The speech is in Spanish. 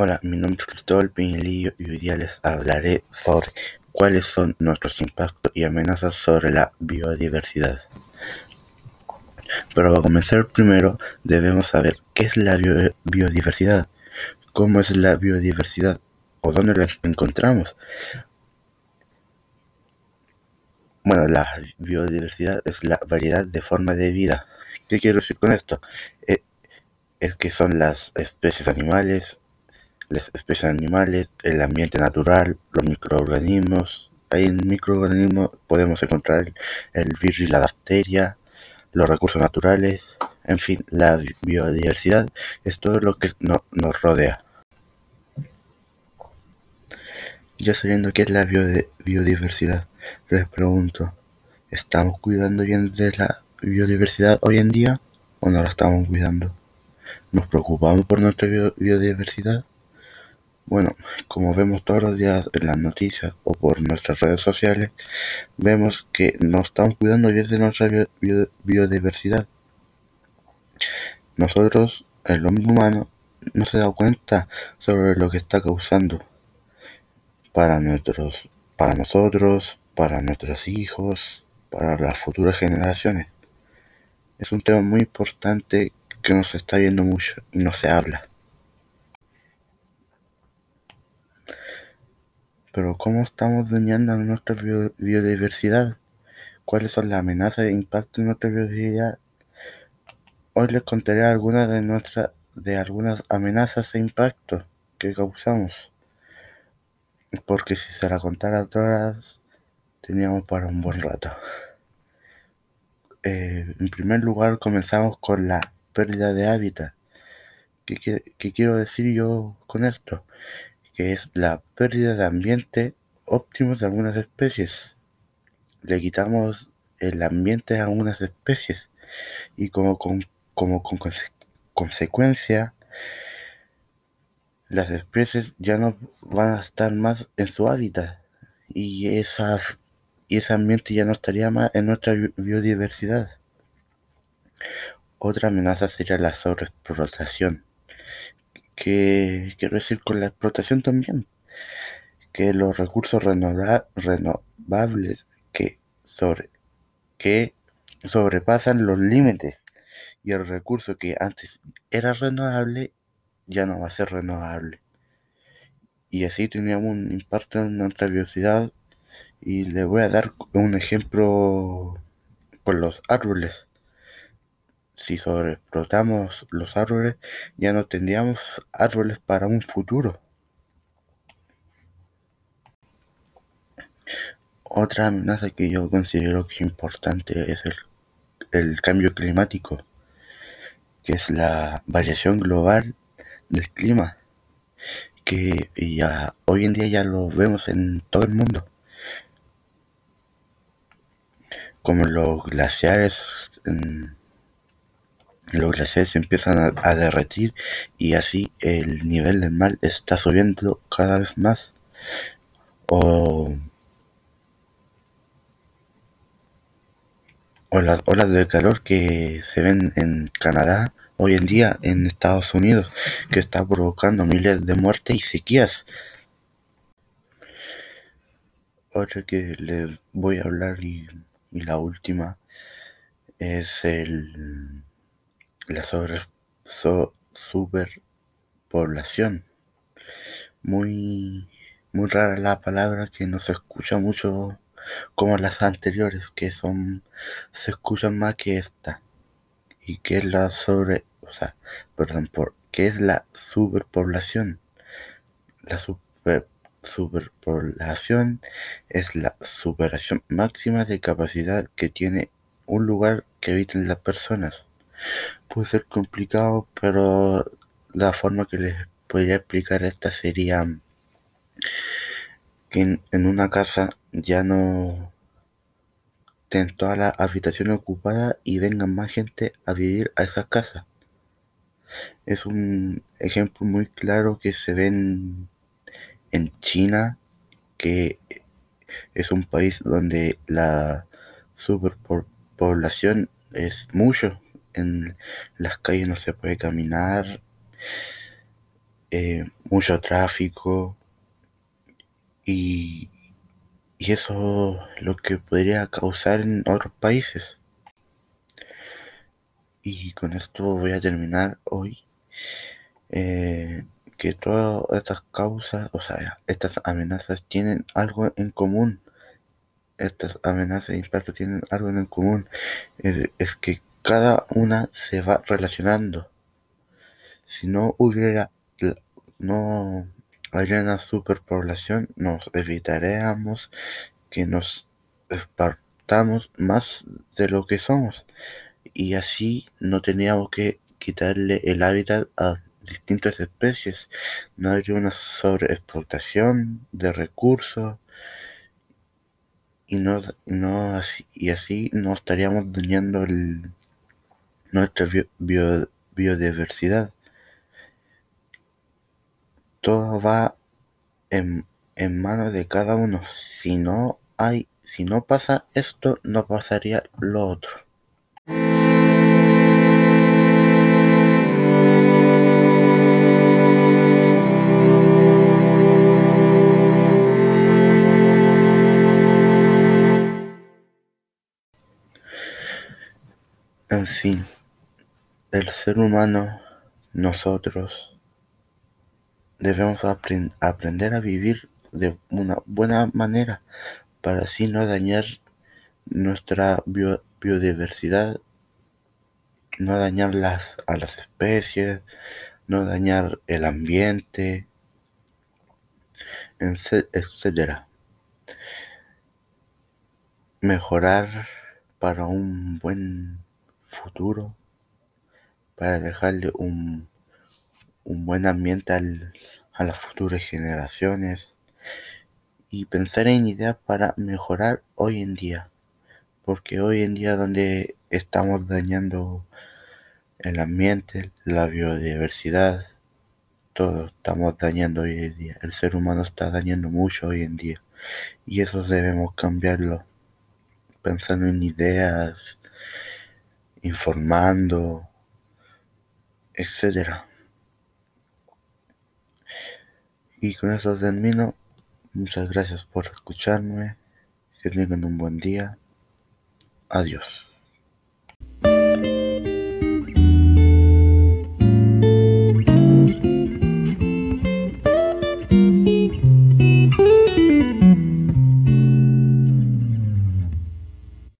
Hola, mi nombre es Cristóbal Pinilillo y hoy día les hablaré sobre cuáles son nuestros impactos y amenazas sobre la biodiversidad. Pero para comenzar primero debemos saber qué es la biodiversidad, cómo es la biodiversidad o dónde la encontramos. Bueno, la biodiversidad es la variedad de formas de vida. ¿Qué quiero decir con esto? Es que son las especies animales, el ambiente natural, los microorganismos. Ahí en microorganismos podemos encontrar el virus y la bacteria, los recursos naturales, en fin, la biodiversidad es todo lo que nos rodea. Ya sabiendo qué es la biodiversidad, les pregunto, ¿estamos cuidando bien de la biodiversidad hoy en día o no la estamos cuidando? ¿Nos preocupamos por nuestra biodiversidad? Bueno, como vemos todos los días en las noticias o por nuestras redes sociales, vemos que no estamos cuidando bien de nuestra biodiversidad. Nosotros, el hombre humano, no se da cuenta sobre lo que está causando para nosotros, para nuestros hijos, para las futuras generaciones. Es un tema muy importante que no se está viendo mucho y no se habla. Pero ¿cómo estamos dañando a nuestra biodiversidad? ¿Cuáles son las amenazas e impactos en nuestra biodiversidad? Hoy les contaré algunas amenazas e impactos que causamos, porque si se las contara todas, teníamos para un buen rato. En primer lugar, comenzamos con la pérdida de hábitat. ¿Qué quiero decir yo con esto? Que es la pérdida de ambiente óptimos de algunas especies. Le quitamos el ambiente a algunas especies y como consecuencia, las especies ya no van a estar más en su hábitat y ese ambiente ya no estaría más en nuestra biodiversidad. Otra amenaza sería la sobreexplotación. ¿Qué quiero decir con la explotación también? Que los recursos renovables que sobrepasan los límites y el recurso que antes era renovable ya no va a ser renovable. Y así teníamos un impacto en nuestra biodiversidad. Y le voy a dar un ejemplo con los árboles. Si sobreexplotamos los árboles, ya no tendríamos árboles para un futuro. Otra amenaza que yo considero que es importante es el cambio climático, que es la variación global del clima, que ya hoy en día ya lo vemos en todo el mundo, como los glaciares se empiezan a derretir y así el nivel del mar está subiendo cada vez más. O, o las olas de calor que se ven en Canadá hoy en día, en Estados Unidos, que está provocando miles de muertes y sequías. Otra que les voy a hablar y la última es la superpoblación. Muy, muy rara la palabra, que no se escucha mucho como las anteriores, se escuchan más que esta. ¿Y qué es qué es la superpoblación? La superpoblación es la superación máxima de capacidad que tiene un lugar que habiten las personas. Puede ser complicado, pero la forma que les podría explicar esta sería que en una casa ya no estén todas las habitaciones ocupadas y vengan más gente a vivir a esas casas. Es un ejemplo muy claro que se ve en China, que es un país donde la superpoblación es mucho. En las calles no se puede caminar. mucho tráfico y, y eso es lo que podría causar en otros países. Y con esto voy a terminar hoy, eh, que todas estas causas, o sea, estas amenazas tienen algo en común. Estas amenazas e impactos tienen algo en común. Es que cada una se va relacionando. Si no hubiera, no habría una superpoblación, nos evitaríamos que nos espartamos más de lo que somos. Y así no teníamos que quitarle el hábitat a distintas especies. No habría una sobreexplotación de recursos y así no estaríamos dañando nuestra biodiversidad. Todo va en manos de cada uno. Si no pasa esto, no pasaría lo otro. En fin, el ser humano, nosotros, debemos aprender a vivir de una buena manera para así no dañar nuestra biodiversidad, no dañar a las especies, no dañar el ambiente, etcétera. Mejorar para un buen futuro, para dejarle un buen ambiente a las futuras generaciones y pensar en ideas para mejorar hoy en día, porque hoy en día donde estamos dañando el ambiente, la biodiversidad, todo estamos dañando hoy en día. El ser humano está dañando mucho hoy en día y eso debemos cambiarlo, pensando en ideas, informando, etcétera. Y con eso termino. Muchas gracias por escucharme. Que tengan un buen día. Adiós.